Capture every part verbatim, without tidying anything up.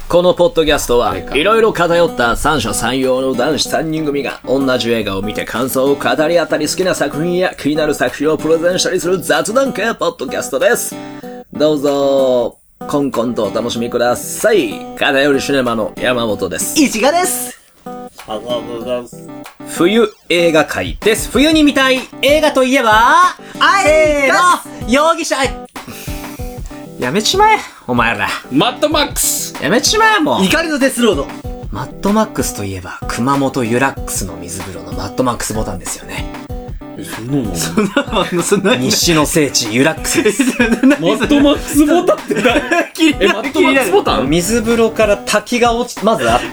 このポッドキャストはいろいろ偏った三者三様の男子三人組が同じ映画を見て感想を語り合ったり好きな作品や気になる作品をプレゼンしたりする雑談系ポッドキャストです。どうぞコンコンとお楽しみください。偏りシネマの山本です。 石賀です。 冬映画会です。冬に見たい映画といえばせーの容疑者。やめちまえお前ら。 マッドマックスやめちまえもう。 怒りのデスロード。 マッドマックスといえば熊本ユラックスの水風呂のマッドマックスボタンですよね。 え、そんなのそんなのそんな日誌の聖地ユラックスです。 マッドマックスボタンって何？え、マッドマックスボタン？ 水風呂から滝が落ち、まずあって、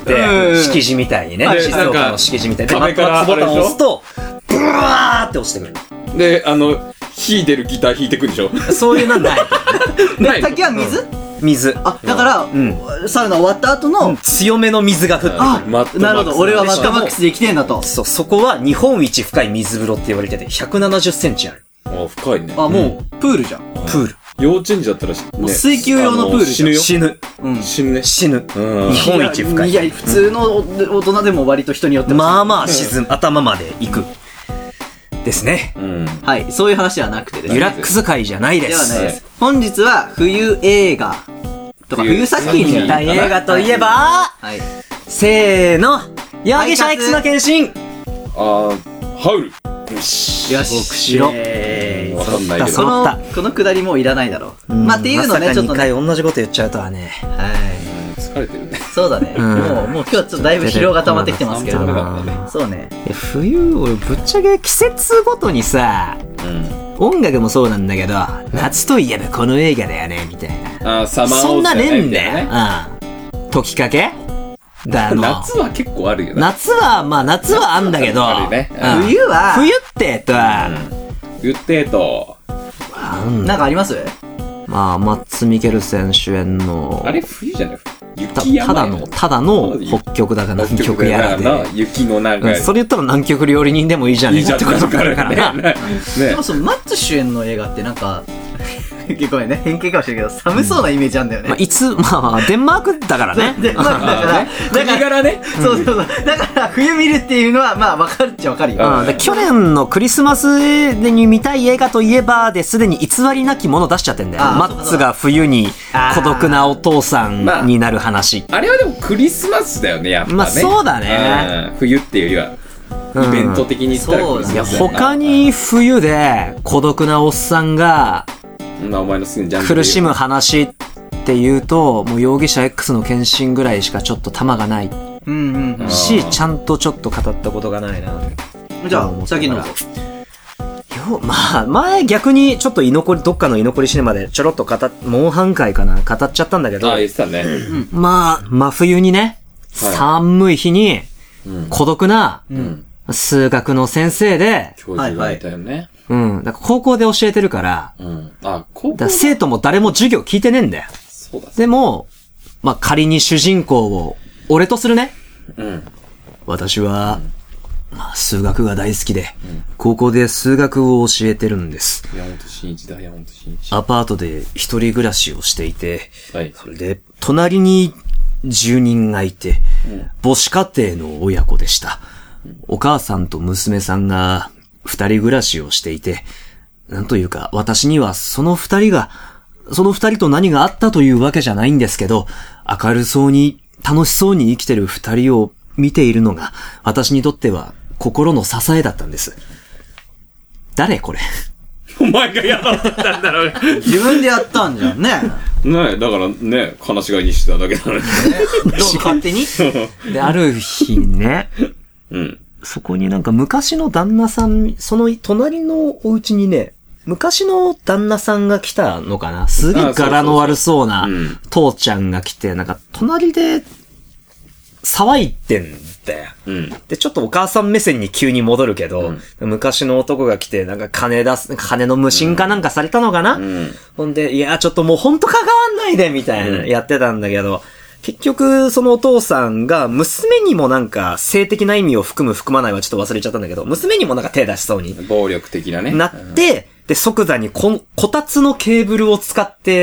敷地みたいにね、静岡の敷地みたいに。で、マッドマックスボタンを押すと、ブワーって落ちてくる。 で、あの、弾いてるギター弾いてくんでしょ？ そういうのはない。 ないの？ 滝は水？ 水。 あ、だから、うん、サウナ終わった後の、 うん、強めの水が降ってくる。 あ、なるほど。俺はマッドマックスで生きてんだと。 そう、そこは日本一深い水風呂って言われてて、ひゃくななじゅっセンチある。 あ、深いね。 あ、もう、プールじゃん。 プール。 幼稚園児だったら、ね、 もう水球用のプール死ぬよ。 死ぬ。 うん。 死ぬね。 死ぬ。うん。日本一深い。 いや、普通の大人でも割と人によってまあまあ沈む、頭まで行く。ですね。 うん。 はい、そういう話ではなくてですね。 ユラックス会じゃないです。 ではないです。本日は冬映画とか冬作品に見たい映画といえば、 はい。 せーの、容疑者 X の献身。 あー、ハウル。よし。 よし。 僕白。 えー、わかんないけこど。 の、このくだりもういらないだろう。まあ、っていうのね、ちょっとね。 まさかにかい同じこと言っちゃうとはね。 はい。 疲れてるね。 そうだね。もう、もう今日ちょっとだいぶ疲労が溜まってきてますけど。そうね。 冬、俺ぶっちゃけ季節ごとにさ、音楽もそうなんだけど、夏といえばこの映画だよね、みたいな。 あ、サマーそんなねえんだよ。うん。時かけだの夏は結構あるよね。 夏は、まあ夏はあんだけど、 冬は、 冬ってとは、 冬ってと、 なんかあります？ まあ、マッツ・ミケルセン主演の、 あれ冬じゃない雪山ただの、ただの北極だか南極やらで。 雪のなんか、 それ言ったら南極料理人でもいいじゃねえかってことからからな。 でもそのマッツ主演の映画ってなんか、ごめんね、偏見かもしれないけど、寒そうなイメージあんだよね。 まあ、いつ、まあ、デンマークだからね。 デンマークだから、 国柄ね。 そうそうそう。だから冬見るっていうのは、まあ、わかるっちゃわかるよ。 去年のクリスマスに見たい映画といえば、ですでに偽りなきもの出しちゃってんだよ。マッツが冬に孤独なお父さんになる話。 あれはでもクリスマスだよね、やっぱね。 まあ、そうだね。 冬っていうよりは、イベント的に言ったらクリスマスだよね。 他に冬で孤独なおっさんが、 お前のすぐジャンプ苦しむ話って言うと、もう容疑者 X の献身ぐらいしかちょっと玉がない。 うんうん。 し、ちゃんとちょっと語ったことがないな。 じゃあ、先の。 よ、まあ、前逆にちょっと居残り、どっかの居残りシネマでちょろっと語っ、もう半回かな、語っちゃったんだけど。 ああ、言ってたね。 まあ、真冬にね、寒い日に、孤独な、数学の先生で、 教授がいたよね。 うん。だから高校で教えてるから、 うん。あ、高校だ生徒も誰も授業聞いてねえんだよ。 そうだ。 でも、まあ仮に主人公を、俺とするね。 うん。 私は、まあ数学が大好きで、うん、高校で数学を教えてるんです。 山本真一だ、山本真一。 アパートで一人暮らしをしていて、 はい。 それで、隣に住人がいて、うん、母子家庭の親子でした。うん、お母さんと娘さんが、二人暮らしをしていて、なんというか、私にはその二人が、その二人と何があったというわけじゃないんですけど、明るそうに、楽しそうに生きてる二人を見ているのが、私にとっては心の支えだったんです。誰これ？ お前がやってたんだろうね。 自分でやったんじゃんね。 ねえ、だからね、悲しがいにしてただけなのに。 どう勝手にで、ある日ね、 うん。 そこになんか昔の旦那さん、その隣のお家にね、昔の旦那さんが来たのかな？すげえ柄の悪そうな父ちゃんが来て、なんか隣で騒いでんだよ。うん、で、ちょっとお母さん目線に急に戻るけど、うん、昔の男が来て、なんか金出す、金の無心かなんかされたのかな？うん、ほんで、いや、ちょっともうほんと関わんないで、みたいな、やってたんだけど、結局、そのお父さんが、娘にもなんか、性的な意味を含む含まないはちょっと忘れちゃったんだけど、娘にもなんか手出しそうに。 暴力的なね。 なって、で、即座にこ、こたつのケーブルを使って、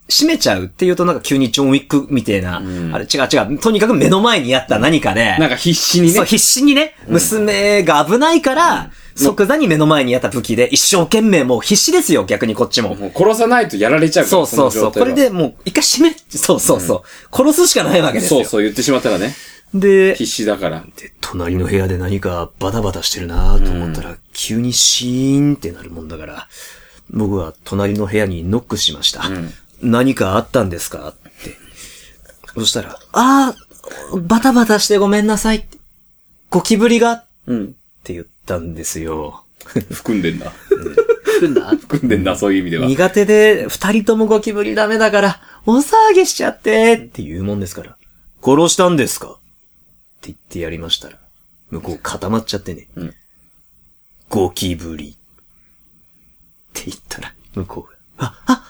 閉めちゃうっていうとなんか急にジョンウィックみたいな、うん、あれ違う違う、とにかく目の前にあった何かで、 なんか必死にね。 そう、必死にね、娘が危ないから、うん、即座に目の前にあった武器で一生懸命もう必死ですよ、逆にこっちも。 もう殺さないとやられちゃうから。 そうそうそう。これでもう一回閉め、そうそうそう、うん。殺すしかないわけですよ。 そうそう、言ってしまったらね。 で、 必死だから。 で、隣の部屋で何かバタバタしてるなと思ったら、うん、急にシーンってなるもんだから、僕は隣の部屋にノックしました。うん何かあったんですかって。そしたら、ああ、バタバタしてごめんなさいって。ゴキブリが、うん。って言ったんですよ。 含んでんな。 含んだ含んでんな、そういう意味では。 苦手で、二人ともゴキブリダメだから、お騒ぎしちゃって、って言うもんですから。殺したんですかって言ってやりましたら、向こう固まっちゃってね。うん。ゴキブリ。って言ったら、向こうが、あ、あ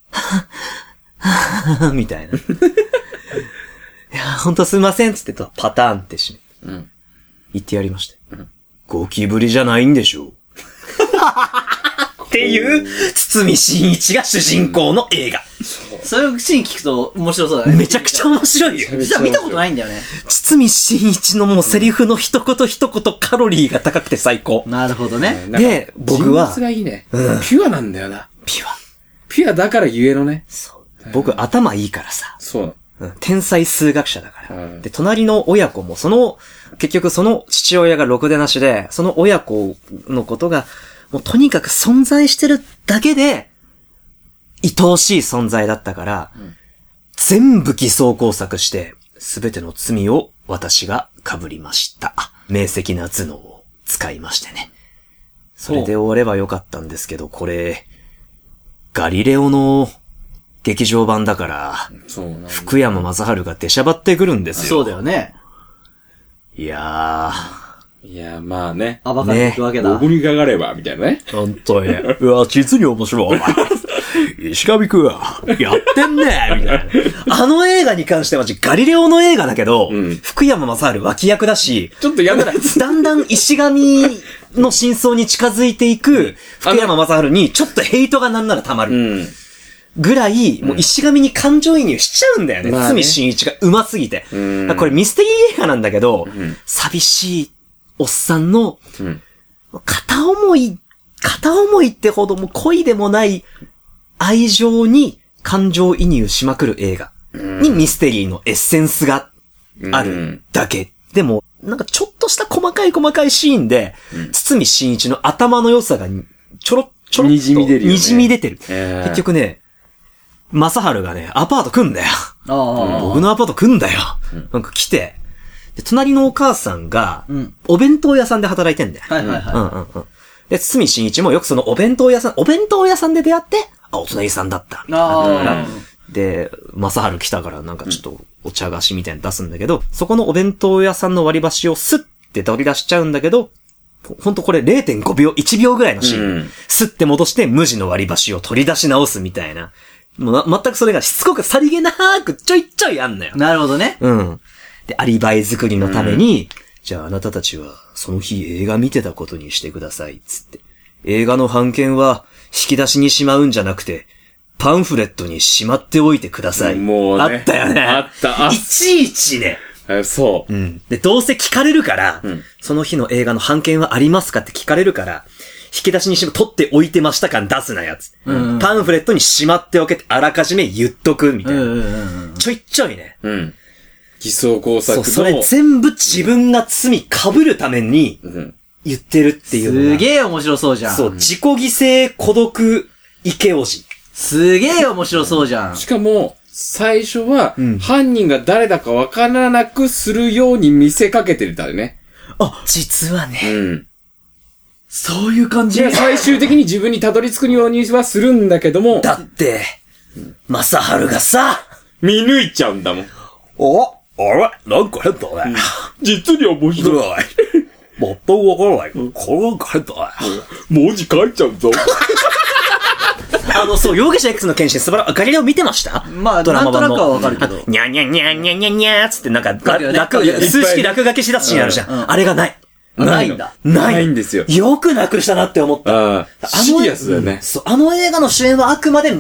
みたいな。いや、ほんとすいませんつってと、パターンって閉め。うん。言ってやりました。うん。ゴキブリじゃないんでしょっていう、堤真一が主人公の映画。 そういうシーン聞くと面白そうだね。 めちゃくちゃ面白いよ。 実は見たことないんだよね。 堤真一のもうセリフの一言一言カロリーが高くて最高。 なるほどね。 で、僕は。 人物がいいね。うん。ピュアなんだよな。 ピュア。 ピュアだからゆえのね。 そう。僕、頭いいからさ。 そう。 うん。天才数学者だから。うん、で、隣の親子も、その、結局その父親がろくでなしで、その親子のことが、もうとにかく存在してるだけで、愛おしい存在だったから、うん、全部偽装工作して、すべての罪を私が被りました。明晰な頭脳を使いましてね。それで終わればよかったんですけど、これ、ガリレオの劇場版だから、そうなんだ福山雅治が出しゃばってくるんですよ。 そうだよね。 いやー。いやー、まあね。 暴かれていくわけだ。 おごりかかれば、みたいなね。 ほんとに。うわ、実に面白い。石上くん、やってんねみたいな。あの映画に関しては、ガリレオの映画だけど、うん、福山雅治脇役だし、 ちょっとやめない。 だんだん石上の真相に近づいていく、福山雅治にちょっとヘイトがなんなら溜まる。うんぐらい、もう石神に感情移入しちゃうんだよね。堤、うん、真一が上手すぎて。これミステリー映画なんだけど、うん、寂しいおっさんの、うん、片思い、片思いってほども恋でもない愛情に感情移入しまくる映画にミステリーのエッセンスがあるだけ。うん、でも、なんかちょっとした細かい細かいシーンで、うん、堤真一の頭の良さがちょろちょろっとにじみ出るよね。 にじみ出てる。えー、結局ね、正春がね、アパート組んだよ。あ僕のアパート組んだよ。うん、なんか来て。で、隣のお母さんが、うん、お弁当屋さんで働いてんだよ。はいはいはい。うんうんうん。で、堤真一もよくそのお弁当屋さん、お弁当屋さんで出会って、あ、お隣さんだった。あで、正春来たからなんかちょっとお茶菓子みたいなの出すんだけど、うん、そこのお弁当屋さんの割り箸をスッて取り出しちゃうんだけど、ほんとこれ れいてんごびょう、いちびょうぐらいのシーン。うん、スッて戻して無地の割り箸を取り出し直すみたいな。もうな、全くそれがしつこくさりげなくちょいちょいあんのよ。 なるほどね。 うん。で、アリバイ作りのために、うん、じゃああなたたちはその日映画見てたことにしてください、つって。映画の版権は引き出しにしまうんじゃなくて、パンフレットにしまっておいてください。 もうね。 あったよね。 あった。 いちいちね。 そう。 うん。で、どうせ聞かれるから、うん、その日の映画の版権はありますかって聞かれるから、引き出しにしま、取っておいてました感出すなやつ。うんうん、パンフレットにしまっておけってあらかじめ言っとくみたいな。うんうんうん、ちょいちょいね。 うん。偽装工作の。 そう、それ全部自分が罪被るために言ってるっていうのが、 すげえ面白そうじゃん。 そう、自己犠牲孤独池おじ。 すげえ面白そうじゃん。 しかも、最初は、うん、犯人が誰だかわからなくするように見せかけてるんだよね。 あ、実はね。うん。 そういう感じ。 いや、最終的に自分にたどり着くようにはするんだけども。 だって、正春がさ、 見抜いちゃうんだもん。 おあれなんか変だね。 実に面白い。 もっとわからない。これなんか変だね。 文字書いちゃうぞ。 あの、そう、容疑者 X の検診、素晴らしい。ガリレオ見てました？ まあ、ドラマ版の。なんとなくはわかるけど。 にゃにゃにゃにゃにゃにゃーつってなんか、楽、数式落書きしだすシーンあるじゃん。あれがない。 ないんだ。 ない。 ないんですよ。 よくなくしたなって思った。 ああ。シリアスだよね。 そう、あの映画の主演はあくまで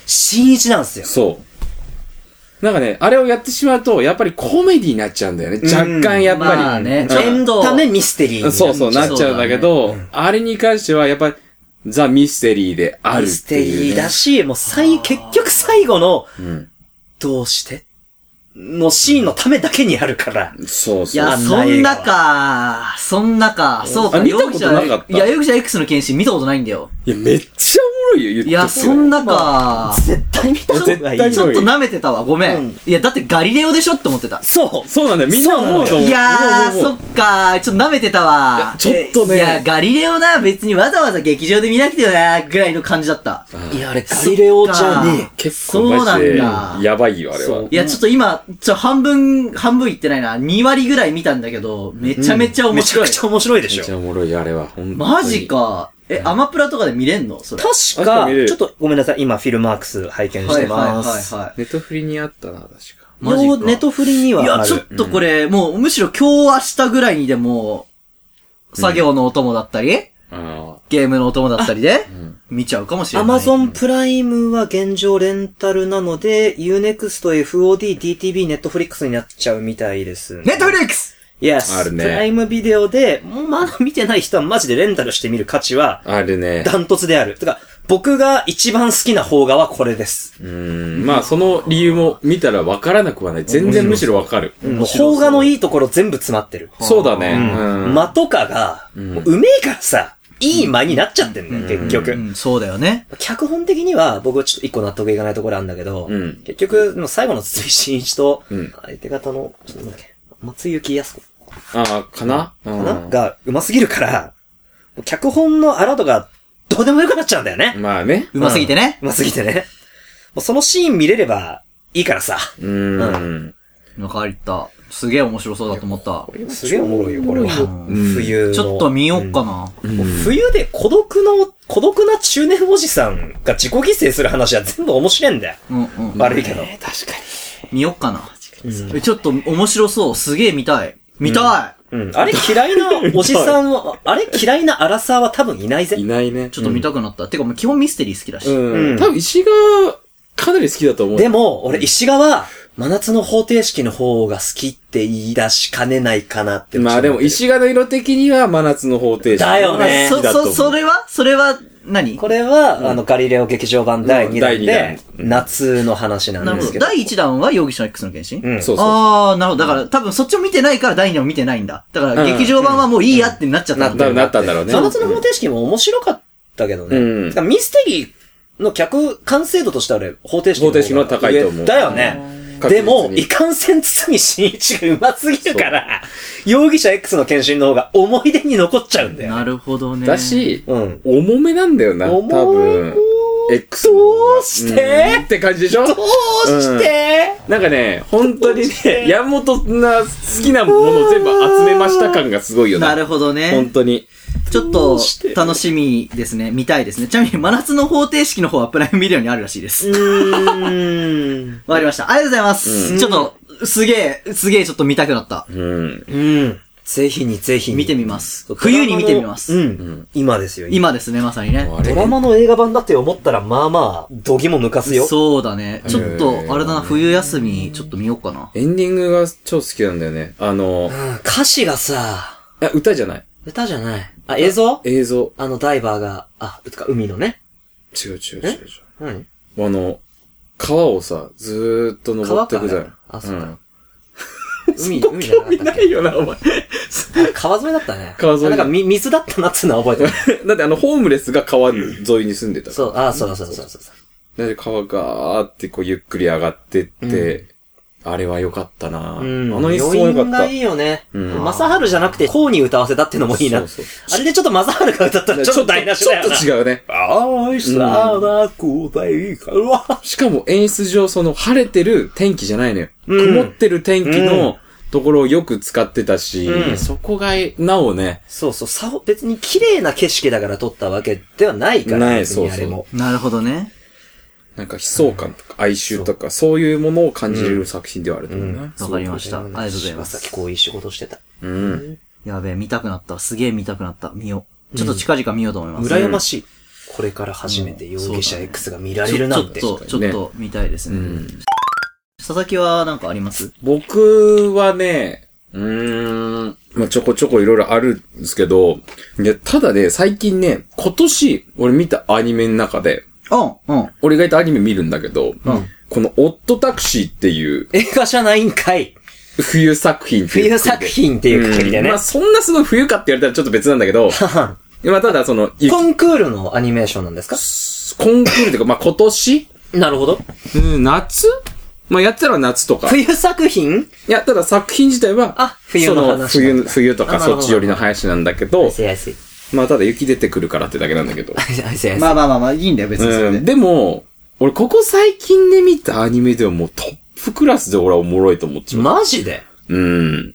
新一なんですよ。 そう。なんかね、あれをやってしまうと、やっぱりコメディになっちゃうんだよね。若干やっぱり。 まあね、 ちょエンドためミステリーになっちゃう。 そうそう、なっちゃうんだけど、ねうん、あれに関しては、やっぱり、ザ・ミステリーであるっていう、ね。ミステリーだし、もう最、結局最後の、うん、どうしてのシーンのためだけにあるから。 そうそう。 いや、そんなか、そんなか、そうか、 見たことなかった。 いや、容疑者 X の検診見たことないんだよ。 いや、めっちゃおもろいよ、言っていや、そんなか、 まあ、絶対見た方がいい。 ちょっと舐めてたわ、ごめん。うん、いや、だってガリレオでしょって思ってた。 そう。 そうなんだよ、みんな思うと思う。 いやー、そっか、ちょっと舐めてたわ。 ちょっとね。 いや、ガリレオな、別にわざわざ劇場で見なくてよな、ぐらいの感じだった。 いや、あれ、ガリレオじゃねえ。 結構マジで、やばいよ、あれは。 いや、ちょっと今、ちょ、半分、半分いってないな。に割ぐらい見たんだけど、めちゃめちゃ面白い。 めちゃくちゃ面白いでしょ。 めちゃおもろい、あれは。 マジか。え、アマプラとかで見れんのそれ。 確か、ちょっとごめんなさい。今、フィルマークス拝見してます。 はいはいはい。 ネトフリにあったな、確か。 マジか。 ネトフリにはある。 いや、ちょっとこれ、もう、むしろ今日明日ぐらいにでも、作業のお供だったり、ゲームのお供だったりで、見ちゃうかもしれない。 アマゾンプライムは現状レンタルなので、ユーネクスト、エフオーディー、ディーティービー、ネットフリックスになっちゃうみたいです。 ネットフリックス Yes。 あるね。 プライムビデオで、もうまだ見てない人はマジでレンタルしてみる価値は、 あるね。 ダントツである。てか、僕が一番好きな邦画はこれです。 うーん。まあ、その理由も見たら分からなくはない。全然むしろ分かる。 うん、邦画のいいところ全部詰まってる。 そうだね。 うん。間とかが、うめえからさ、いい間になっちゃってんだよ、結局、 うん。そうだよね。 脚本的には、僕はちょっと一個納得いかないところあるんだけど、うん、結局、最後の堤真一と、うん、相手方の、ちょっとなんだっけ、松井幸康子。 ああ、かなかなが、上手すぎるから、脚本の荒とか、どうでもよくなっちゃうんだよね。 まあね。 上手すぎてね。 上手すぎてね。もうそのシーン見れればいいからさ。 うーん。 わかった。すげえ面白そうだと思った。 すげえおもろいよ、これは。冬の。 ちょっと見よっかな。 冬で孤独の、孤独な中年おじさんが自己犠牲する話は全部面白いんだよ。うんうん。悪いけど。 確かに。見よっかな。ちょっと面白そう。すげえ見たい。見たい、うん、あれ嫌いなおじさんは、あれ嫌いなアラサーは多分いないぜ。 いないね。 ちょっと見たくなった。うん、てか、基本ミステリー好きだし。 うん。多分石川、かなり好きだと思う。 でも、俺石川、真夏の方程式の方が好きって言い出しかねないかなって。 まあでも、石川の色的には真夏の方程式。 だよね。 そ、そ、それはそれは何、 これは、うん、あの、ガリレオ劇場版だいにだんで、夏の話なんですけど。 なるほど。だいいちだんは容疑者 X の検診うん。そうそう。 ああ、なるほど。だから、多分そっちも見てないからだいにだんも見てないんだ。だから、劇場版はもういいやってなっちゃったんだ。 なったんだろうね。 真夏の方程式も面白かったけどね。うん。ミステリーの客、完成度としては俺、方程式の方が方程式の高いと思う。 だよね。でも、いかんせん堤真一が上手すぎるから、容疑者 X の検診の方が思い出に残っちゃうんだよ。 なるほどね。 だし、うん、重めなんだよな、多分。X どうして、 うん、って感じでしょ。 どうして、 うん、なんかね、本当にね、山本な好きなものを全部集めました感がすごいよな。 なるほどね。 本当に。 ちょっと、楽しみですね。見たいですね。ちなみに、真夏の方程式の方はプライムビデオにあるらしいです。うーん。わかりました。ありがとうございます。うん、ちょっと、すげえ、すげえちょっと見たくなった。 うん。うん。ぜひにぜひに。 見てみます。冬に見てみます。 うん。うん、今ですよ。 今ですね、まさにね。 ドラマの映画版だって思ったら、まあまあ、度肝抜かすよ。 そうだね。ちょっと、あれだな、冬休み、ちょっと見ようかな。 エンディングが超好きなんだよね。あの、 うん、歌詞がさ、 いや、歌じゃない。 歌じゃない。あ、映像映像。 あの、ダイバーが、あ、うつか、海のね。 違う違う違う違う。 何あの、川をさ、ずーっと登ってくじゃん。 あ、そうか。 海、海じゃなかったっけ？興味ないよな、お前。 川沿いだったね。 川沿い。 なんか、み、水だったなっつうのは覚えてる。 だってあの、ホームレスが川沿いに住んでた。 そう、あ、そうだそうだそうだそうだ。で、川がーってこう、ゆっくり上がってって、あれは良かったな、うん、あの一層良かった。 余韻がいいよね。うん。マサハルじゃなくて、こうに歌わせたっていうのもいいな。そうそう。あれでちょっとマサハルが歌ったらちょっと台無しだよな。 ちょっと違うね。 愛さなくていいから。 しかも演出上、その晴れてる天気じゃないのよ。うん、曇ってる天気のところをよく使ってたし、うん、そこが、なおね。 そうそう。さお、別に綺麗な景色だから撮ったわけではないから。 ない、そうそう。 なるほどね。 なんか悲壮感とか哀愁とか、そういうものを感じれる作品ではあると思うな。わ、 うん、かりました。ありがとうございます。 さっきこういう仕事してた。 うん。 やべえ、見たくなった。すげえ見たくなった。見よう。ちょっと近々見ようと思います。 うん、羨ましい。 これから初めて容疑者 X が見られるなんて。 ちょっと、ちょっと見たいですね。うん、佐々木はなんかあります？ 僕はね、うーん、まあ、ちょこちょこいろいろあるんですけど、いや、ただね、最近ね、今年、俺見たアニメの中で、 うん、うん。 俺がいたアニメ見るんだけど、うん、このオットタクシーっていう、 映画じゃないんかい。 冬作品っていう。 冬作品っていうくくりでね、 うん。まあ、そんなすごい冬かって言われたらちょっと別なんだけど、まあ、ただその、 コンクールのアニメーションなんですか？コンクールっていうか、まあ、今年？ なるほど。 うん、夏？まあ、やってたら夏とか。 冬作品？ いや、ただ作品自体は、 あ、冬の話。 冬、冬とかそっち寄りの話なんだけど、まあ、ただ雪出てくるからってだけなんだけど。 まあまあまあまあ、いいんだよ、別にそれで。 うん、でも、俺、ここ最近で見たアニメではもうトップクラスで俺はおもろいと思っちゃう。 マジで？ うん。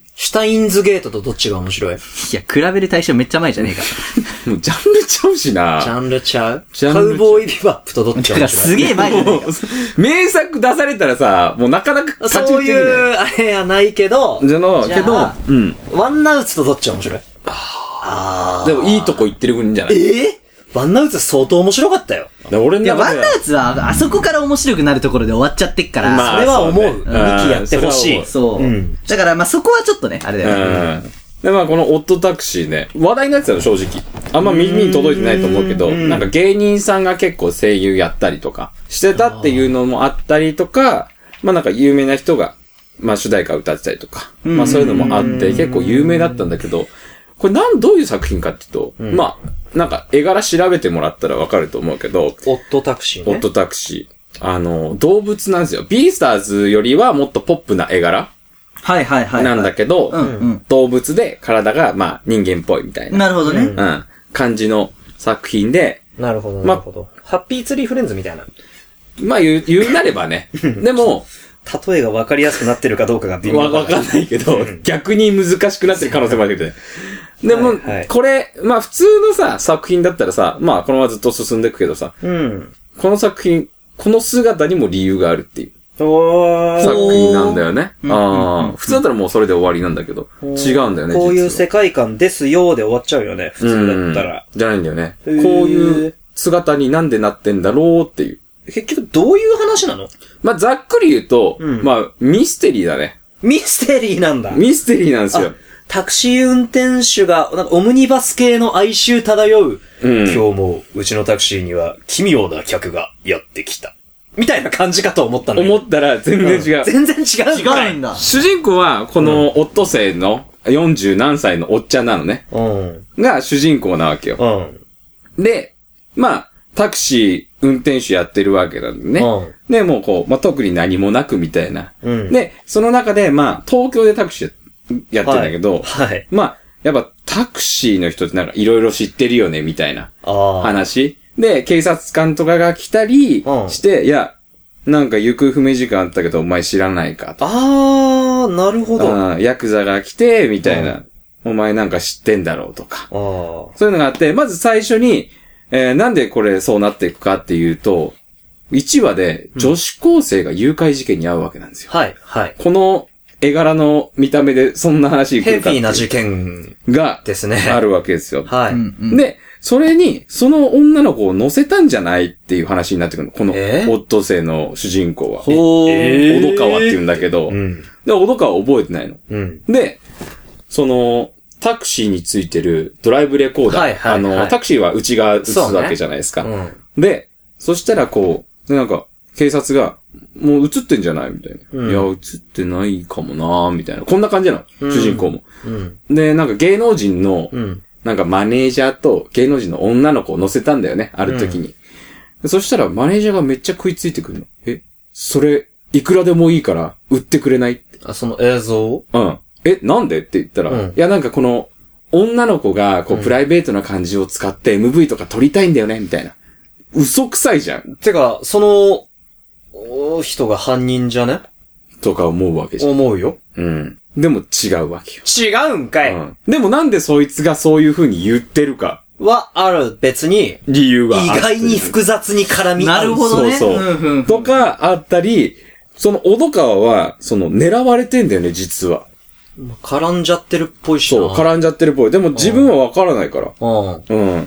シュタインズゲートとどっちが面白い？いや、比べる対象めっちゃ前じゃねえか。 もうジャンルちゃうしな。 ジャンルちゃう？カウボーイビバップとどっちが面白い？ すげえ前じゃねえか。 名作出されたらさ、もうなかなか勝ち打ちできない。そういう、あれはないけど。 じゃの、けど、 うん。ワンナウツとどっちが面白い？ ああ。でもいいとこ行ってるんじゃない？ ええー、ワンナウツ相当面白かったよ。 俺の中でいや、ワンナウツは、あそこから面白くなるところで終わっちゃってっから、 まあ、それは思う。に、ね、きやってほしい。 そう。うん。だから、まあ、そこはちょっとね、あれだよね。 うんで、まあ、このオットタクシーね、話題になってたの、正直。あんま耳に届いてないと思うけど、なんか芸人さんが結構声優やったりとか、してたっていうのもあったりとか、まあなんか有名な人が、まあ主題歌歌ってたりとか、まあそういうのもあって、結構有名だったんだけど、これなん、どういう作品かっていうと、まあ、なんか絵柄調べてもらったらわかると思うけど、 オットタクシーね。 オットタクシー。あの、動物なんですよ。ビースターズよりはもっとポップな絵柄。 はいはいはい。 なんだけど、 うんうん、 動物で体が、まあ、人間っぽいみたいな。 なるほどね。 うん。感じの作品で。 なるほど、なるほど。ま、ハッピーツリーフレンズみたいな。 まあ、言う、言うなればね。でも、 例えが分かりやすくなってるかどうかが微妙わ、わかんないけど、逆に難しくなってる可能性もあるけどね。でも、はいはい、これ、まあ普通のさ、作品だったらさ、まあこのままずっと進んでいくけどさ、 うん、 この作品、この姿にも理由があるっていう。作品なんだよね。ああ、普通だったらもうそれで終わりなんだけど、違うんだよね。 こういう世界観ですよで終わっちゃうよね、普通だったら。 じゃないんだよね。こういう姿になんでなってんだろうっていう。 結局どういう話なの？ まあ、ざっくり言うと、うん、まあ、ミステリーだね。 ミステリーなんだ。 ミステリーなんですよ。 タクシー運転手が、なんかオムニバス系の哀愁漂う。うん、今日もうちのタクシーには奇妙な客がやってきた。みたいな感じかと思ったの思ったら全然違う。 うん、全然違う。 違うんだ。 主人公は、このオットセイのよんじゅうなんさいのおっちゃんなのね。 うん。 が主人公なわけよ。 うん。 で、まあ、タクシー運転手やってるわけなんでね。うん。で、もうこう、まあ、特に何もなくみたいな。 うん。 で、その中で、まあ、東京でタクシーやってるんだけど、 はい。はい、 まあ、やっぱタクシーの人ってなんかいろいろ知ってるよね、みたいな話。で、警察官とかが来たりして、うん、いや、なんか行方不明時間あったけど、お前知らないかと。 あー、なるほど。 ヤクザが来て、みたいな、うん。お前なんか知ってんだろうとか。そういうのがあって、まず最初に、えー、なんでこれそうなっていくかっていうと、いちわで女子高生が誘拐事件に遭うわけなんですよ。 はい、はい。 この絵柄の見た目でそんな話に来るか。 ヘビーな事件がですね。 あるわけですよ。 はい。 で、それに、その女の子を乗せたんじゃないっていう話になってくるの。この、オットセイの主人公は。 ほー。 えー、小戸川って言うんだけど、うん、で、小戸川覚えてないの。 うん、 で、その、タクシーについてるドライブレコーダー。 はいはいはい、 あの、タクシーは内側映すわけじゃないですか。 ねうん、で、そしたらこう、なんか、警察が、もう映ってんじゃないみたいな、うん。いや、映ってないかもなみたいな。こんな感じなの。うん、主人公も、 うん。 で、なんか芸能人の、 うんなんかマネージャーと芸能人の女の子を乗せたんだよね、ある時に。うん、そしたらマネージャーがめっちゃ食いついてくるの。え、それ、いくらでもいいから売ってくれないって。 あ、その映像うん。え、なんでって言ったら、うん、いやなんかこの、女の子がこう、プライベートな感じを使って エムブイ とか撮りたいんだよね、みたいな。嘘くさいじゃん。 てか、その、人が犯人じゃねとか思うわけじゃん。 思うよ。 うん。でも違うわけよ。 違うんかい、 うん、でもなんでそいつがそういう風に言ってるか。 は、ある、別に。 理由がある。 意外に複雑に絡み合う。 なるほどね。 そうそう。とかあったり、その小戸川は、その狙われてんだよね、実は。 絡んじゃってるっぽいしな。 そう、絡んじゃってるっぽい。でも自分はわからないから。 うん。 うん。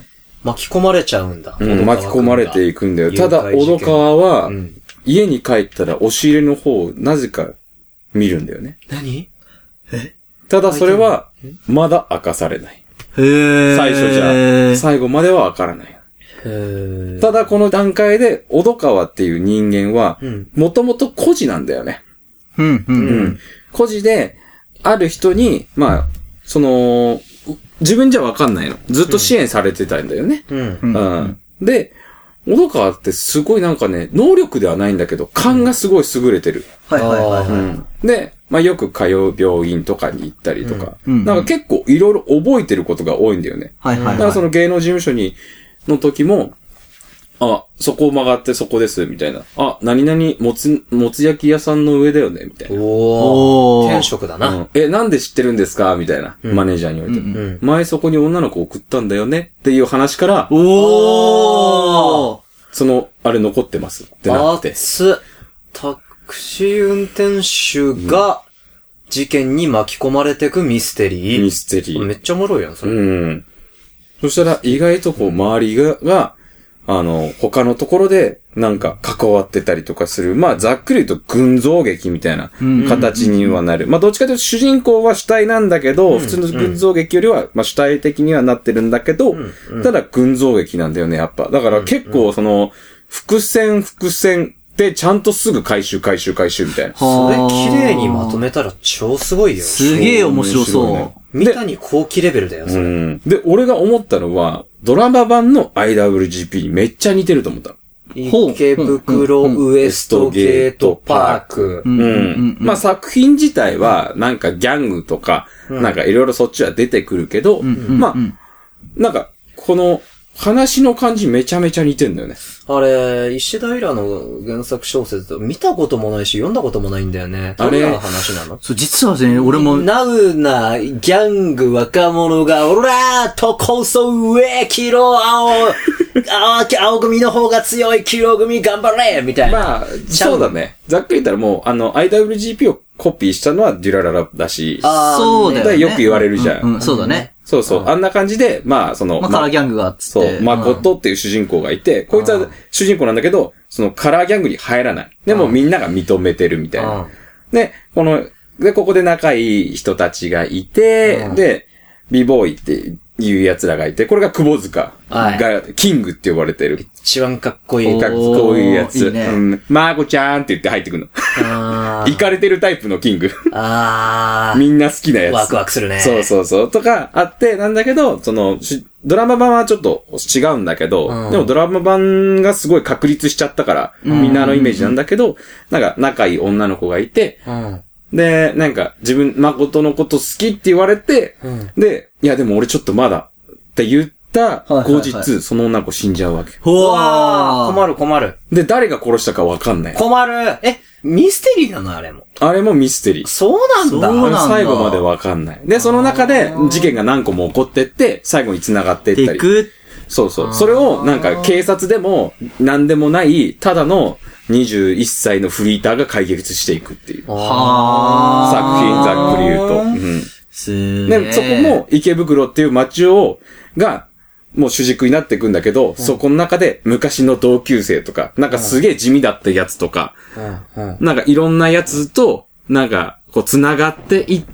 巻き込まれちゃうんだ。 うん、巻き込まれていくんだよ。ただ、小戸川は、うん、家に帰ったら押し入れの方をなぜか見るんだよね。 何？え？ ただそれは、まだ明かされない。 へー。 最初じゃ、最後まではわからない。 へー。 ただこの段階で、小戸川っていう人間は、もともと孤児なんだよね。 うん、うん、うん。 孤児で、ある人に、まあ、その、自分じゃわかんないの。ずっと支援されてたんだよね。 うん。 うん。うん、で、小戸川ってすごいなんかね、能力ではないんだけど、勘がすごい優れてる。 はいはいはい、はい。 うん。で、まあよく通う病院とかに行ったりとか、うん、なんか結構いろいろ覚えてることが多いんだよね。 はいはいはい。 だからその芸能事務所に、の時も、あ、そこを曲がってそこです、みたいな。あ、何々、もつ、もつ焼き屋さんの上だよね、みたいな。 おー。転職だな、 うん。え、なんで知ってるんですかみたいな、うん。マネージャーに言われて、うんうん。前そこに女の子を送ったんだよねっていう話から、 おー。 その、あれ残ってますってなって。 熱っ。タクシー運転手が、事件に巻き込まれてくミステリー。 ミステリー。 めっちゃおもろいやん、それ。 うん。そしたら、意外とこう、周りが、が、あの、他のところで、なんか、関わってたりとかする。まあ、ざっくり言うと、群像劇みたいな形にはなる。まあ、どっちかというと、主人公は主体なんだけど、普通の群像劇よりは、まあ、主体的にはなってるんだけど、ただ、群像劇なんだよね、やっぱ。だから、結構、その、伏線、伏線で、ちゃんとすぐ回収、回収、回収みたいな。 それ、綺麗にまとめたら超すごいよ。 すげえ面白そう。 三谷幸喜レベルだよ、それ。 うん。で、俺が思ったのは、ドラマ版の アイダブリュージーピー にめっちゃ似てると思った。 池袋ウエストゲートパーク。 うん。まあ作品自体は、なんかギャングとか、うん、なんかいろいろそっちは出てくるけど、うん、まあ、なんか、この、話の感じめちゃめちゃ似てんだよね。 あれ、石平の原作小説見たこともないし読んだこともないんだよね。あれ、どんな話なの？ そう、実はね、俺も。 ナウなギャング若者が、オラーとこそ上、黄色、青、青、青組の方が強い、黄色組頑張れみたいな。 まあ、そうだね。ざっくり言ったらもう、あの、アイダブリュージーピー をコピーしたのはデュラララだし。 ああ、そうだよね。 よく言われるじゃん。 うんうん、そうだね。 そうそう。あんな感じで、まあ、その、 まあ、カラーギャングがつって。 そう、マコトっていう主人公がいて、こいつは主人公なんだけど、そのカラーギャングに入らない。でもみんなが認めてるみたいな。で、この、で、ここで仲いい人たちがいて、で、ビボーイっていう奴らがいて、これが窪塚が、キングって呼ばれてる。 一番かっこいい。 かっこいいやつ。いいね、うん。マーコちゃんって言って入ってくるの。イカれてるタイプのキング。 あみんな好きなやつ。 ワクワクするね。 そうそうそう。とかあって、なんだけど、その、ドラマ版はちょっと違うんだけど、うん、でもドラマ版がすごい確立しちゃったから、みんなのイメージなんだけど、なんか仲いい女の子がいて、うんで、なんか、自分、誠のこと好きって言われて、うん、で、いやでも俺ちょっとまだ、って言った後日、はいはいはい、その女の子死んじゃうわけ。 うわー困る困る。 で、誰が殺したかわかんない。 困るえ、ミステリーなのあれも。 あれもミステリー。 そうなんだ。 そうなんだ。最後までわかんない。で、その中で事件が何個も起こってって、最後に繋がっていったり。そうそう。それをなんか警察でも何でもない、ただのにじゅういっさいのフリーターが解決していくっていう。は作品ざっくり言うと。うん。 すで、そこも池袋っていう街を、が、もう主軸になっていくんだけど、うん、そこの中で昔の同級生とか、なんかすげえ地味だったやつとか、うんうん、なんかいろんなやつと、なんか、こう繋がっていって、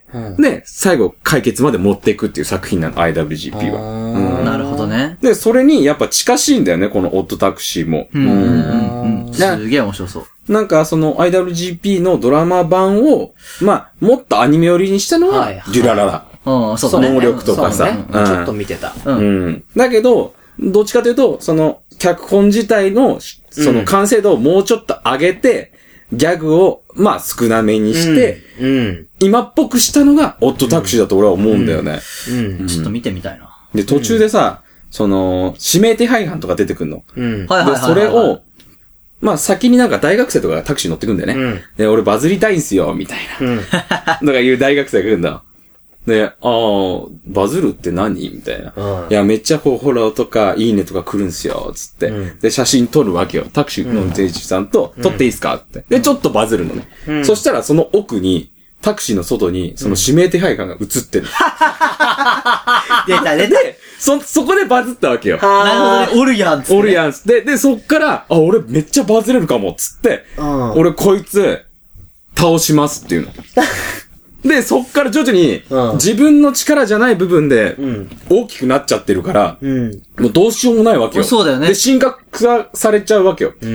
うん、で、最後解決まで持っていくっていう作品なの、アイダブリュージーピー は。 うん、なるほどね。 で、それにやっぱ近しいんだよね、このオットタクシーも。 うんうんうん、すげえ面白そう。 なんかその アイダブリュージーピー のドラマ版を、まあ、もっとアニメ寄りにしたのは、デュラララ。 うん、そうね。 能力とかさ、 ねうん。ちょっと見てた。 うん。うん、だけど、どっちかというと、その、脚本自体の、その完成度をもうちょっと上げて、ギャグを、まあ少なめにして、うんうん、今っぽくしたのが、オットタクシーだと俺は思うんだよね。 うんうんうん、ちょっと見てみたいな。 で、途中でさ、その、指名手配犯とか出てくるの。 うん、はいはいはいはい。 で、それを、まあ先になんか大学生とかがタクシー乗ってくんだよね。うん、で、俺バズりたいんすよ、みたいな。うん、だから言う大学生が来るんだ。で、ああ、バズるって何みたいな。うん、いや、めっちゃフォローとか、いいねとか来るんすよ、つって、うん。で、写真撮るわけよ。タクシーの運転手さんと、うん、撮っていいっすかって。で、ちょっとバズるのね。うん、そしたらその奥に、 タクシーの外に、その指名手配官が映ってる。 出た出た。 で、そ、そこでバズったわけよ。 なるほどね。おるやんっつって、ね。 おるやんっつって。で、そっから、あ、俺めっちゃバズれるかもっつって、うん、俺こいつ、倒しますっていうの。で、そっから徐々に、うん、自分の力じゃない部分で、大きくなっちゃってるから、うん、もうどうしようもないわけよ。 そうだよね。 で、神格化されちゃうわけよ。うん、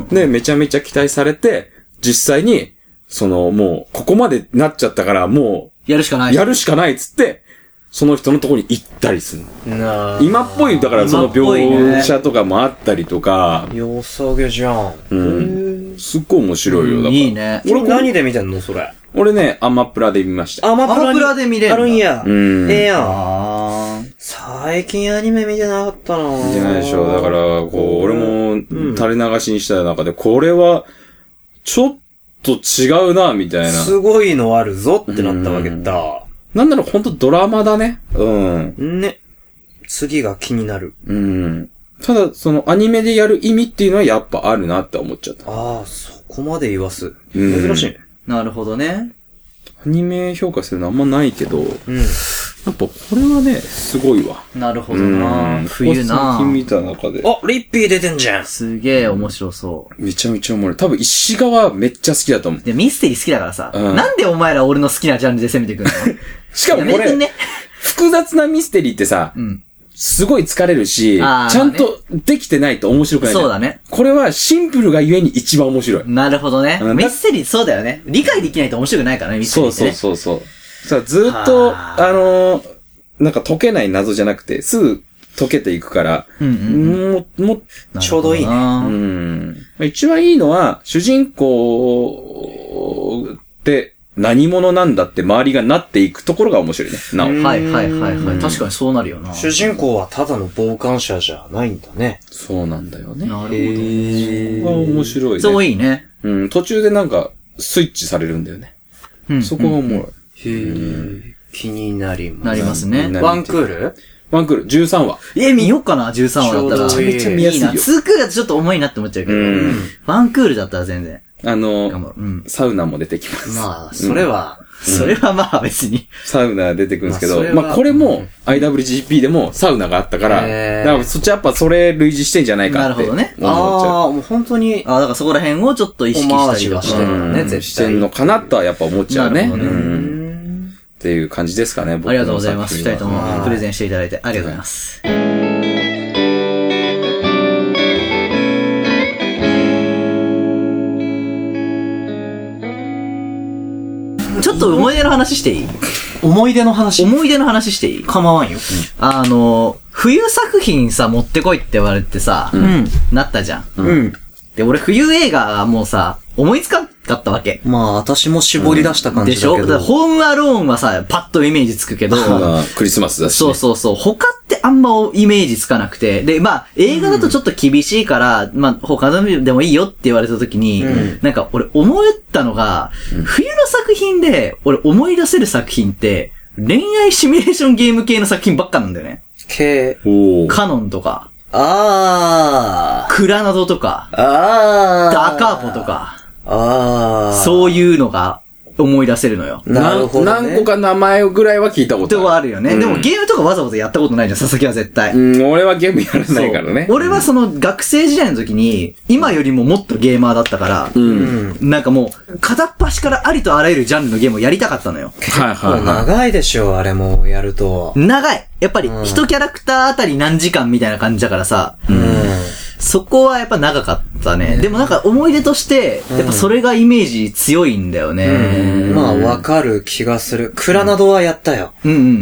で、めちゃめちゃ期待されて、実際に、その、もう、ここまでなっちゃったから、もう、やるしかない。 やるしかないっつって、その人のところに行ったりするの。今っぽい、だからその描写とかもあったりとか。 良さげじゃん。 うん。すっごい面白いよ。だから。 いいね。 俺何で見てんのそれ。 俺ね、アマプラで見ました。 アマプラで見れるあるんや。 うん。 ええやん。最近アニメ見てなかったな見てないでしょ。だから、こう、俺も垂れ流しにした中で、これは、ちょっと違うな、みたいな。 すごいのあるぞってなったわけだ。 なんだろう、ほんとドラマだね。うん。 ね。次が気になる。 うん。ただ、そのアニメでやる意味っていうのはやっぱあるなって思っちゃった。 ああ、そこまで言わす。 うん、 珍しいね。 なるほどね。 アニメ評価するのあんまないけど、うん。やっぱこれはね、すごいわ。 なるほどな。冬な。 最近見た中で。 あ、リッピー出てんじゃん。 すげえ面白そう。 めちゃめちゃおもろい。多分石川めっちゃ好きだと思う。 で、ミステリー好きだからさ。うん、なんでお前ら俺の好きなジャンルで攻めてくんのしかもこれ、ね、複雑なミステリーってさ、うん、すごい疲れるし、ちゃんとできてないと面白くない、ね。 そうだね。 これはシンプルがゆえに一番面白い。 なるほどね。ミステリーそうだよね。理解できないと面白くないからね、ミステリーって、ね。 そうそうそうそう。さずっと、あのー、なんか解けない謎じゃなくて、すぐ解けていくから、うんうんうん、も、も、 ちょうどいいね。 うん。一番いいのは、主人公って何者なんだって周りがなっていくところが面白いね。なお。 はいはいはいはい。確かにそうなるよな。 主人公はただの傍観者じゃないんだね。 そうなんだよね。 なるほど。 へー。そこが面白いね。 そういいね。 うん、途中でなんかスイッチされるんだよね。うん。そこがおもろい。へー。気になります。 なりますね。 ワンクールワンクール、じゅうさんわ。 え、見よっかな、じゅうさんわだったら。 めちゃめちゃ見やすいよ。いいな。 ツークールだとちょっと重いなって思っちゃうけど、うん、ワンクールだったら全然。 あの、うん、サウナも出てきます。 まあ、それは、 うん、それはまあ別に。 サウナ出てくるんですけど、まあ、まあ、これも アイダブリュージーピー でもサウナがあったから、だからそっちやっぱそれ類似してんじゃないかって。 なるほどね。 ああ、もう本当に。 ああ、だからそこら辺をちょっと意識したりはしてるね、絶対。してんのかなとはやっぱ思っちゃうね。なるほどね。うんっていう感じですかね、僕の。 ありがとうございます。二人ともプレゼンしていただいてありがとうございます。ちょっと思い出の話していい？ 思い出の話思い出の話していい？ 構わんよ。 あの、冬作品さ、持ってこいって言われてさ、うん、なったじゃん。 うん。 で、俺冬映画はもうさ、思いつかんかったわけ。 まあ、私も絞り出した感じだけど。 うん、でしょ？だからホームアローンはさ、パッとイメージつくけど。 クリスマスだし、ね。 そうそうそう。他ってあんまイメージつかなくて。で、まあ、映画だとちょっと厳しいから、うん、まあ、他のでもいいよって言われた時に、うん、なんか俺思ったのが、うん、冬の作品で、俺思い出せる作品って、恋愛シミュレーションゲーム系の作品ばっかなんだよね。 系。 カノンとか。 あー。 クラナドとか。 あー。 ダーカーポとか。 ああ。 そういうのが思い出せるのよ。 なるほど、ね。 何個か名前ぐらいは聞いたことある。 とはあるよね、うん。でもゲームとかわざわざやったことないじゃん、佐々木は絶対。 うん、俺はゲームやらないからね。 俺はその学生時代の時に、今よりももっとゲーマーだったから、うん、なんかもう、片っ端からありとあらゆるジャンルのゲームをやりたかったのよ。 はいはい、はい。 長いでしょ、あれもやると。 長い。やっぱり、一キャラクターあたり何時間みたいな感じだからさ。うん。そこはやっぱ長かったね。でもなんか思い出として、やっぱそれがイメージ強いんだよね。 うん、まあわかる気がする。クラナドはやったよ。 うんうんうんうん。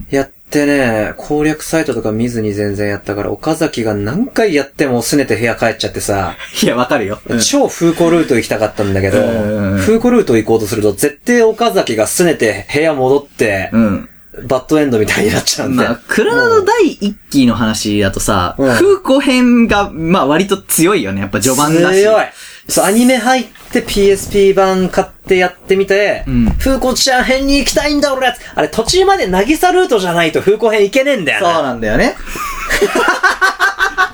やってね、攻略サイトとか見ずに全然やったから、岡崎が何回やっても拗ねて部屋帰っちゃってさ。 いや、わかるよ。 うん、超風庫ルート行きたかったんだけど、風庫ルート行こうとすると絶対岡崎が拗ねて部屋戻って、うん。バッドエンドみたいになっちゃうんで。 まあ、クラナド第一期の話だとさ、うん、風庫編が、まあ割と強いよね。やっぱ序盤だし。 強い。そう、アニメ入って ピーエスピー 版買ってやってみて、うん、風庫ちゃん編に行きたいんだ俺。あれ途中まで渚ルートじゃないと風庫編行けねえんだよな。そうなんだよね。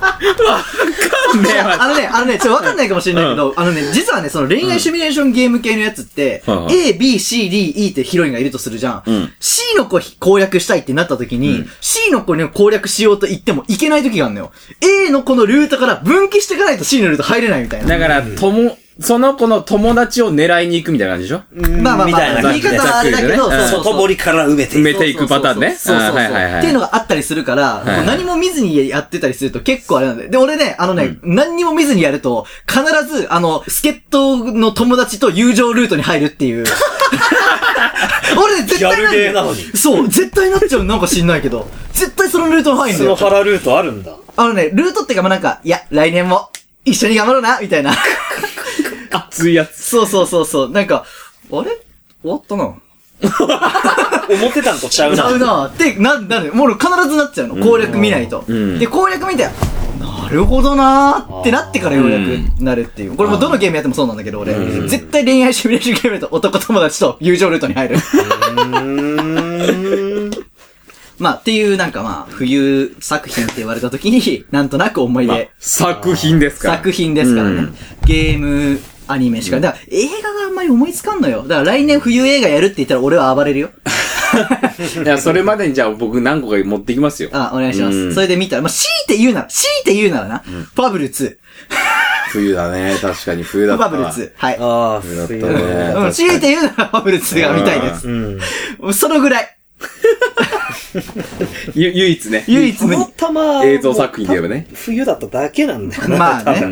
ねえわあのね、あのね、ちょっとわかんないかもしれないけど、あのね、実はね、その恋愛シミュレーションゲーム系のやつって、 うん、 A、B、C、D、E ってヒロインがいるとするじゃん。うん、C の子攻略したいってなった時に、うん、C の子に攻略しようと言ってもいけない時があるのよ。A の子のルートから分岐していかないと C のルート入れないみたいな。 だから、とも、その子の友達を狙いに行くみたいな感じでしょ？ まあまあまあ、言い方はあれだけど、 外堀から埋めて埋めていくパターンね。 そうそうそう。っていうのがあったりするから、何も見ずにやってたりすると結構あれなんだよ。で、俺ね、あのね、何にも見ずにやると、必ず、あの、助っ人の友達と友情ルートに入るっていう。俺ね、絶対なんだよ。そう、絶対なっちゃうなんか知んないけど、絶対そのルートに入るんだよ。 その原ルートあるんだ。 あのね、ルートってかまあなんか、いや、来年も一緒に頑張ろうな、みたいな。 熱いやつ。 そうそうそうそう。なんか、あれ終わったな。 思ってたんとちゃうな。 ちゃうな。って、な、なる。もう必ずなっちゃうの。攻略見ないと。うん、で、攻略見て、なるほどなーってなってからようやくなるっていう。これもどのゲームやってもそうなんだけど、俺。絶対恋愛シミュレーションゲームだと男友達と友情ルートに入る。まあ、っていうなんかまあ、冬作品って言われた時に、なんとなく思い出。まあ、 作品ですから。 作品ですからね。うん、ゲーム、アニメしか。だから映画があんまり思いつかんのよ。だから来年冬映画やるって言ったら俺は暴れるよ。 いや、それまでにじゃあ僕何個か持ってきますよ。 あ、お願いします。うん、それで見たら、まあ、強いて言うなら、強いて言うならな、うん、ファブルツー。 冬だね。確かに冬だったわ。 ファブルツー。はい。 ああ、 冬だったね。 うん、強いて言うならファブルツーが見たいです。うん。そのぐらい。 ゆ、唯一ね。 唯一無二。 たま映像作品で言えばね。 冬だっただけなんだよな。 まあね。うん。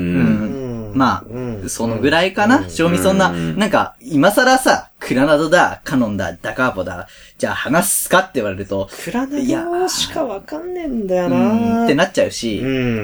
まあ、うん、そのぐらいかな。正味そんな、なんか、今更さ、クラナドだ、カノンだ、ダカーポだ、じゃあ話すかって言われると、 クラナドしかわかんねえんだよなーってなっちゃうし、うん、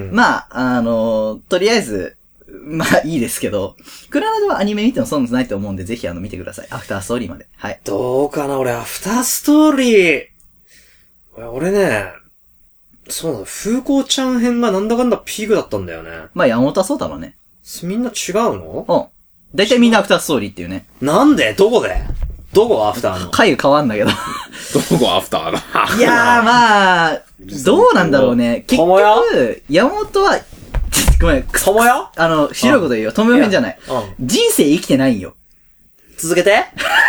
まあ、あの、とりあえず、まあいいですけど、クラナドはアニメ見ても損ないと思うんで、ぜひあの見てください。アフターストーリーまで。はい。 どうかな、俺、アフターストーリー。俺ね、そうなの、風光ちゃん編がなんだかんだピークだったんだよね。 まあ山本はそうだろうね。 みんな違うの？ うん。だいたいみんなアフターストーリーっていうね。 なんで？どこで？どこアフターの？ 回変わんだけど。 どこアフターだいやーまあ、どうなんだろうね。結局、山本は、ごめん、 ともや？ あの、白いこと言うよ。ともよ編じゃない。人生生きてないんよ。 続けて。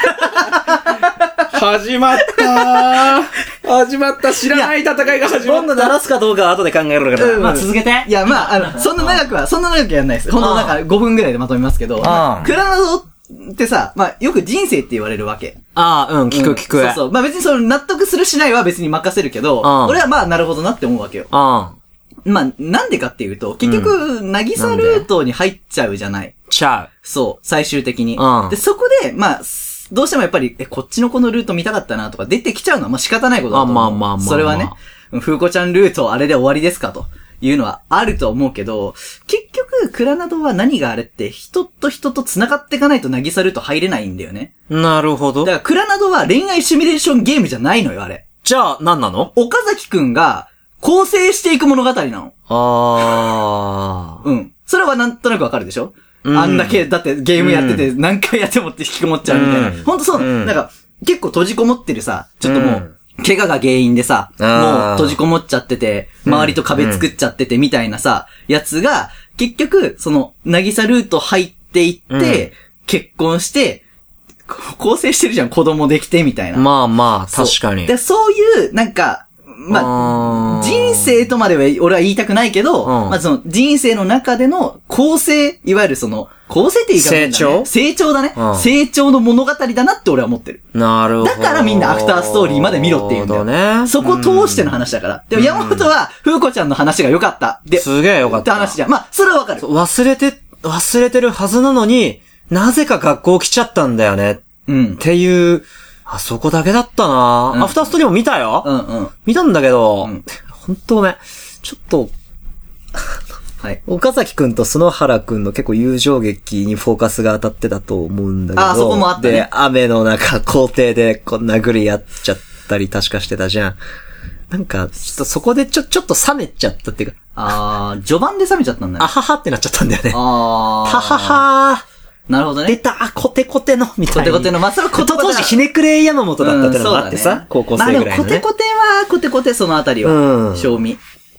始まったー。始まった。知らない戦いが始まった。 今度鳴らすかどうかは後で考えるから。うん、まあ続けて。 いや、まあ、あの、そんな長くは、そんな長くやんないです。ほんとなんかごふんぐらいでまとめますけど、クラナドってさ、まあ、よく人生って言われるわけ。 ああ、うん、聞く聞く、 うん。そうそう。まあ別にその納得するしないは別に任せるけど、俺はまあなるほどなって思うわけよ。まあ、なんでかっていうと、結局、なぎさルートに入っちゃうじゃない。 ちゃう。 そう、最終的に。で、そこで、まあ、どうしてもやっぱり、え、こっちのこのルート見たかったなとか出てきちゃうのは、まあ仕方ないことだと思う。 あ、まあまあまあまあ。 それはね、風子ちゃんルートあれで終わりですかというのはあると思うけど、結局、クラナドは何があれって、人と人と繋がっていかないとなぎさルート入れないんだよね。 なるほど。 だから、クラナドは恋愛シミュレーションゲームじゃないのよ、あれ。 じゃあ、何なの？ 岡崎くんが、構成していく物語なの。 あー。 うん。それはなんとなくわかるでしょ？うん、あんだけ、だってゲームやってて何回やってもって引きこもっちゃうみたいな。うん、ほんとそうなの、うん。なんか、結構閉じこもってるさ、ちょっともう、うん、怪我が原因でさ、もう閉じこもっちゃってて、周りと壁作っちゃっててみたいなさ、やつが、結局、その、なぎさルート入っていって、うん、結婚して、構成してるじゃん、子供できてみたいな。 まあまあ、確かに。 で、そういう、なんか、まあ、人生とまでは俺は言いたくないけど、うん、まあその人生の中での構成、いわゆるその、構成って言い方なんだね。成長成長だね、うん。成長の物語だなって俺は思ってる。 なるほど。 だからみんなアフターストーリーまで見ろって言うんだよ。ね。そこ通しての話だから。でも山本は、風子ちゃんの話が良かった。で、 すげえ良かった。 って話じゃん。まあ、それはわかる。 忘れて、忘れてるはずなのに、なぜか学校来ちゃったんだよね。うん。っていう、あそこだけだったな、うん、アフターストーリーも見たよ。うんうん。見たんだけど、うん、本当ね、ちょっと、はい。岡崎くんと篠原くんの結構友情劇にフォーカスが当たってたと思うんだけど。 あ、そこもあったね。 で、雨の中、校庭でこんな殴り合っちゃったり確かしてたじゃん。なんか、ちょっとそこでちょ、ちょっと冷めちゃったっていうか。 あー、序盤で冷めちゃったんだね。 あははってなっちゃったんだよね。 あー。 はははー。 なるほどね。 出た、コテコテの、みたいな。 コテコテの、まあ、それ言葉当時ひねくれ山本だったってのがあってさ、うんね、高校生ぐらいの、ね。 まあでもコテコテは、コテコテそのあたりは、うん、賞味。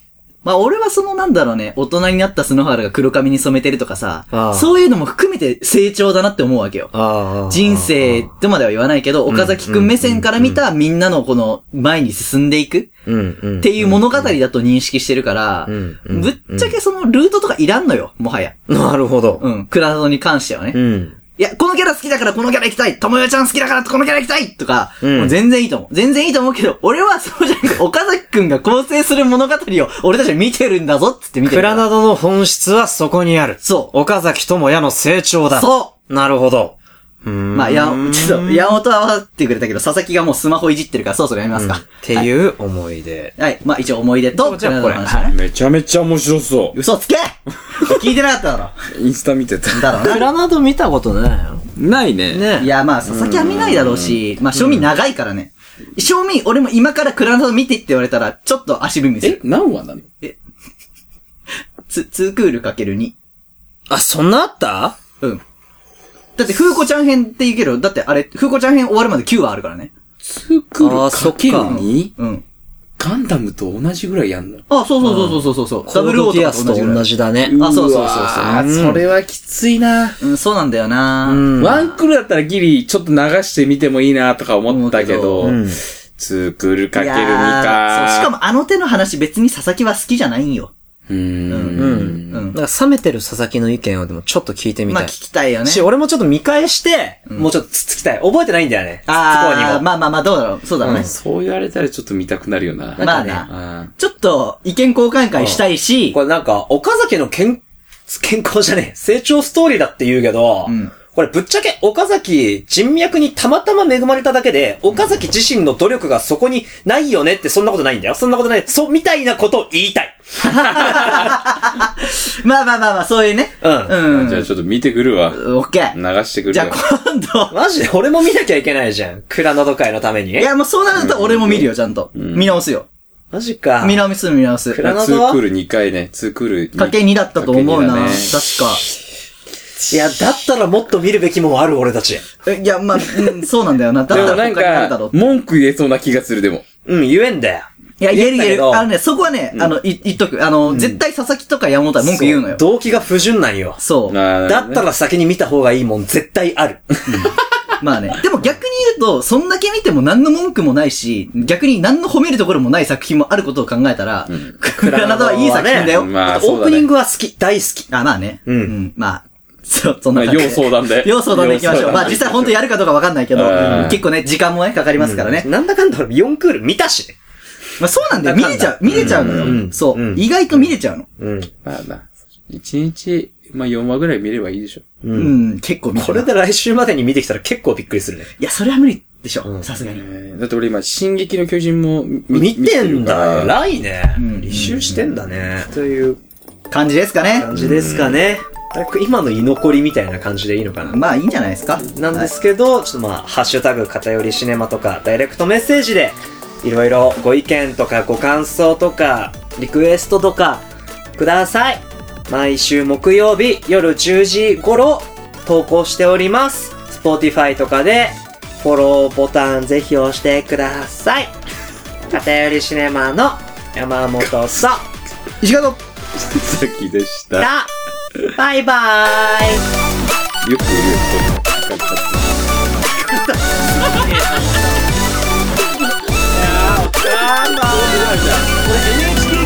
まあ俺はそのなんだろうね、大人になった篠原が黒髪に染めてるとかさ、 ああそういうのも含めて成長だなって思うわけよ。 あ人生とまでは言わないけど、岡崎くん目線から見たみんなのこの前に進んでいくっていう物語だと認識してるから、ぶっちゃけそのルートとかいらんのよ、もはや。 なるほど。 うん、クラウドに関してはね。 うん。 いや、このキャラ好きだからこのキャラ行きたい、ともよちゃん好きだからこのキャラ行きたいとか、 うんもう全然いいと思う。全然いいと思うけど、俺はそうじゃなくて、岡崎くんが構成する物語を俺たちは見てるんだぞっつって見てるから。 クラナドの本質はそこにある。 そう。 岡崎智也の成長だ。 そうなるほど。うーんまあ、や、ちょっと、山本は分かってくれたけど、佐々木がもうスマホいじってるから、そろそろやめますか。 うんっていう思い出。 はい。はい。まあ、一応思い出と、 じゃあこれクラナドの話ね。 めちゃめちゃ面白そ嘘つけ聞いてなかっただろ。 う。インスタ見てた。 だろうな。 クラナド見たことないよ。 ないね。 ねいや、まあ、佐々木は見ないだろうし、まあ、賞味長いからね。賞味、俺も今からクラナド見てって言われたら、ちょっと足踏みすえる。 何話なのつ、ツークールかけるに。 あ、そんなあった？ うん。だって、風子ちゃん編って言うけど、だってあれ、風子ちゃん編終わるまできゅうわあるからね。 ツークールかけるにうん。 ガンダムと同じぐらいやんのあ、そうそうそうそうそうそう。 ダブルオーティアスと同じ。 じだね。 あそうそうそうそうあーそれはきついな。 うん、そうなんだよなうんワンクールだったらギリちょっと流してみてもいいなとか思ったけど、 うんツークールかけるにいやーか。 そうしかもあの手の話別に佐々木は好きじゃないんよ。 うーん。 うん。うん。 なんか冷めてる佐々木の意見をでもちょっと聞いてみたい。 まあ聞きたいよね。 し、俺もちょっと見返して、もうちょっとつつきたい。覚えてないんだよね。 ああ、 つこうにも。 まあまあまあ、どうだろう。そうだろうね。 そう言われたらちょっと見たくなるよな。 まあねな。ちょっと意見交換会したいし、 これなんか、岡崎の健、健康じゃねえ。成長ストーリーだって言うけど、 うんこれぶっちゃけ岡崎人脈にたまたま恵まれただけで、岡崎自身の努力がそこにないよねってそんなことないんだよ。そんなことない。そう、みたいなことを言いたい。 まあまあまあまあ、そういうね。 うんうん。 じゃあちょっと見てくるわ。 オッケー。 流してくるわ。 じゃあ今度。 マジで俺も見なきゃいけないじゃん。クラナド会のために。 いや、もうそうなると俺も見るよ、ちゃんと。見直すよ。 マジか。 見直す、見直す。 クラナツークールにかいね。ツークールに。 かけにだったと思うな。 かけにだね確か。 いや、だったらもっと見るべきもんある俺たち。 えいや、まあ、うん、そうなんだよな。だったらでもなん他にあるだろうっ、て。 か文句言えそうな気がするでも。 うん、言えんだよ。 いや、言える言える。 言えんだけどあのね、そこはね、あの、い言っとく。あの、絶対佐々木とか山本は文句言うのよ。 動機が不純なんよ。 そう。 だったら先に見た方がいいもん絶対ある。 まあね。でも逆に言うと、そんだけ見ても何の文句もないし、逆に何の褒めるところもない作品もあることを考えたら、クラナドはいい作品だよ。 まあ、 オそうだね。 ープニングは好き、大好き。 あ、まあね。 うんまあ、そ、そんまあ、 な感じで。 要相談で。 要相談でいきましょう。まあ実際本当やるかどうかわかんないけど、 うんうん結構ね、時間もね、かかりますからね。 なんだかんだ俺よんクール見たしね。 まあそうなんだよ。見れちゃう、見れちゃうのよ。 うんそう、 うん意外と見れちゃうの。 うん。 まあな。いちにち、まあよんわぐらい見ればいいでしょ。 う、 うん結構見これで来週までに見てきたら結構びっくりするね。 いや、それは無理でしょ。 うんさすがに。 えーだって俺今、進撃の巨人も見見てんだ。 よ。 偉いね。 ん履修してんだね。という感じですかね。 感じですかね。今の居残りみたいな感じでいいのかな。 まあいいんじゃないですか。 なんですけど、ちょっとまあ、ハッシュタグ、偏りシネマとか、ダイレクトメッセージで、いろいろご意見とかご感想とか、リクエストとか、ください。毎週木曜日夜じゅうじ頃投稿しております。Spotify とかで、フォローボタンぜひ押してください。偏りシネマの山本さん。 石川とさっきでした。 だバイバーイ。 よく言うよ、 あー、わかんない。これ エヌエイチケー